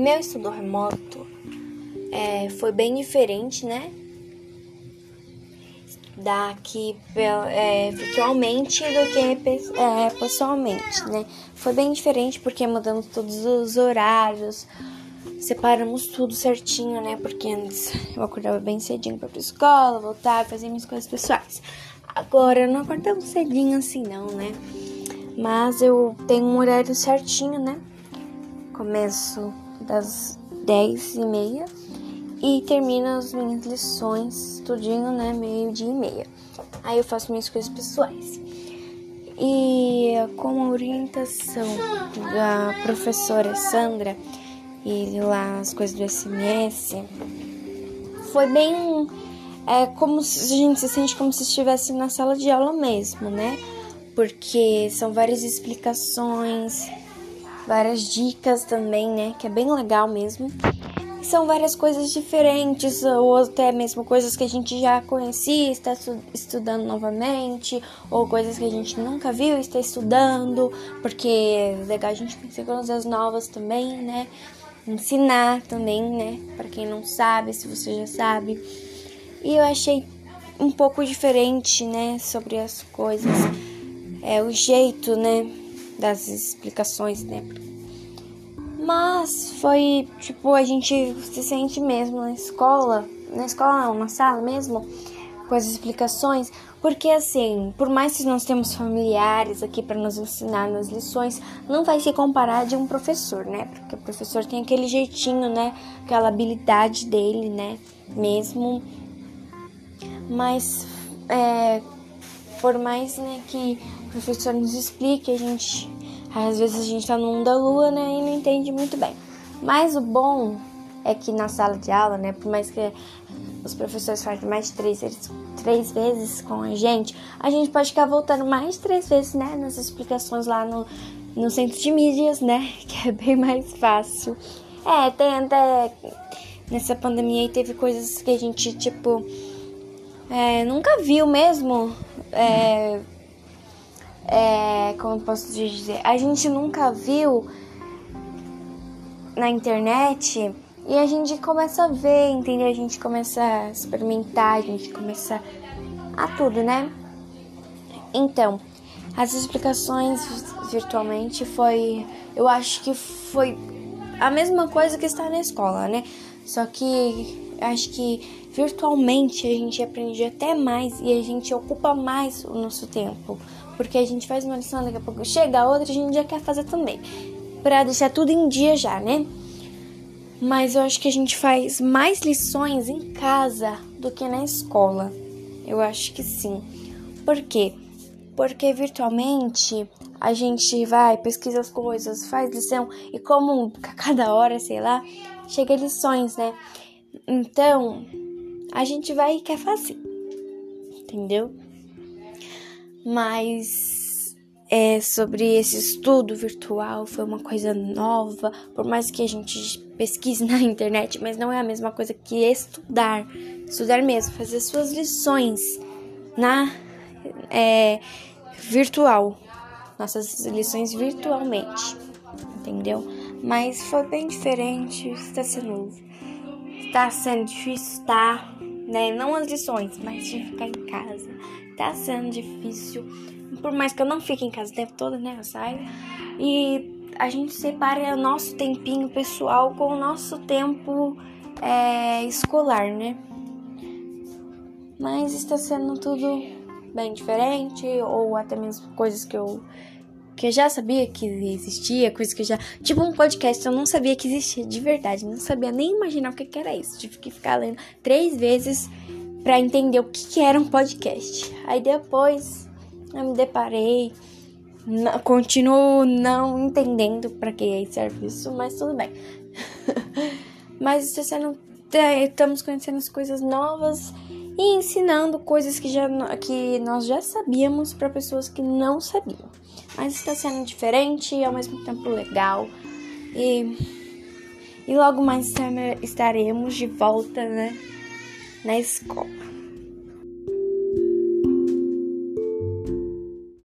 meu estudo remoto foi bem diferente, né? Daqui virtualmente do que pessoalmente, né? Foi bem diferente porque mudamos todos os horários, separamos tudo certinho, né? Porque antes eu acordava bem cedinho pra ir pra escola, voltar, fazer minhas coisas pessoais. Agora eu não acordo tão cedinho assim não, né? Mas eu tenho um horário certinho, né? Começo das 10h30 e termino as minhas lições tudinho, né? 12h30. Aí eu faço minhas coisas pessoais. E com a orientação da professora Sandra e lá as coisas do SMS, foi bem... como se a gente se sente como se estivesse na sala de aula mesmo, né? Porque são várias explicações, várias dicas também, né? Que é bem legal mesmo. São várias coisas diferentes, ou até mesmo coisas que a gente já conhecia, está estudando novamente, ou coisas que a gente nunca viu, está estudando, porque é legal a gente conhecer coisas novas também, né? Ensinar também, né? Para quem não sabe, se você já sabe. E eu achei um pouco diferente, né? Sobre as coisas, o jeito, né? Das explicações, né? Mas foi, a gente se sente mesmo na escola não, na sala mesmo, com as explicações, porque assim, por mais que nós temos familiares aqui para nos ensinar nas lições, não vai se comparar de um professor, né? Porque o professor tem aquele jeitinho, né? Aquela habilidade dele, né? Mesmo, mas por mais, né, que o professor nos explique, às vezes a gente tá no mundo da lua, né, e não entende muito bem. Mas o bom é que na sala de aula, né, por mais que os professores falem mais de 3 vezes com a gente pode ficar voltando mais 3 vezes, né, nas explicações lá no centro de mídias, né, que é bem mais fácil. Tem até, nessa pandemia aí, teve coisas que a gente, nunca viu mesmo, como eu posso dizer, a gente nunca viu na internet e a gente começa a ver, entendeu? A gente começa a experimentar, a gente começa a tudo, né? Então, as explicações virtualmente eu acho que foi a mesma coisa que estar na escola, né? Só que acho que virtualmente a gente aprende até mais e a gente ocupa mais o nosso tempo. Porque a gente faz uma lição, daqui a pouco chega a outra, a gente já quer fazer também. Pra deixar tudo em dia já, né? Mas eu acho que a gente faz mais lições em casa do que na escola. Eu acho que sim. Por quê? Porque virtualmente a gente vai, pesquisa as coisas, faz lição. E como a cada hora, sei lá, chega lições, né? Então, a gente vai e quer fazer. Entendeu? Mas sobre esse estudo virtual foi uma coisa nova, por mais que a gente pesquise na internet, mas não é a mesma coisa que estudar mesmo, fazer suas lições na virtual, nossas lições virtualmente, entendeu? Mas foi bem diferente, está sendo difícil, né? Não as lições, mas de ficar em casa. Tá sendo difícil, por mais que eu não fique em casa o tempo todo, né? Eu saio e a gente separa o nosso tempinho pessoal com o nosso tempo escolar, né? Mas está sendo tudo bem diferente, ou até mesmo coisas que eu já sabia que existia, coisas que eu já... Tipo um podcast, eu não sabia que existia de verdade, não sabia nem imaginar o que era isso. Tive que ficar lendo 3 vezes pra entender o que era um podcast. Aí depois eu me deparei, continuo não entendendo pra que serve isso, mas tudo bem. Mas estamos conhecendo as coisas novas e ensinando coisas que nós já sabíamos para pessoas que não sabiam. Mas está sendo diferente e ao mesmo tempo legal. E logo mais estaremos de volta, né, na escola.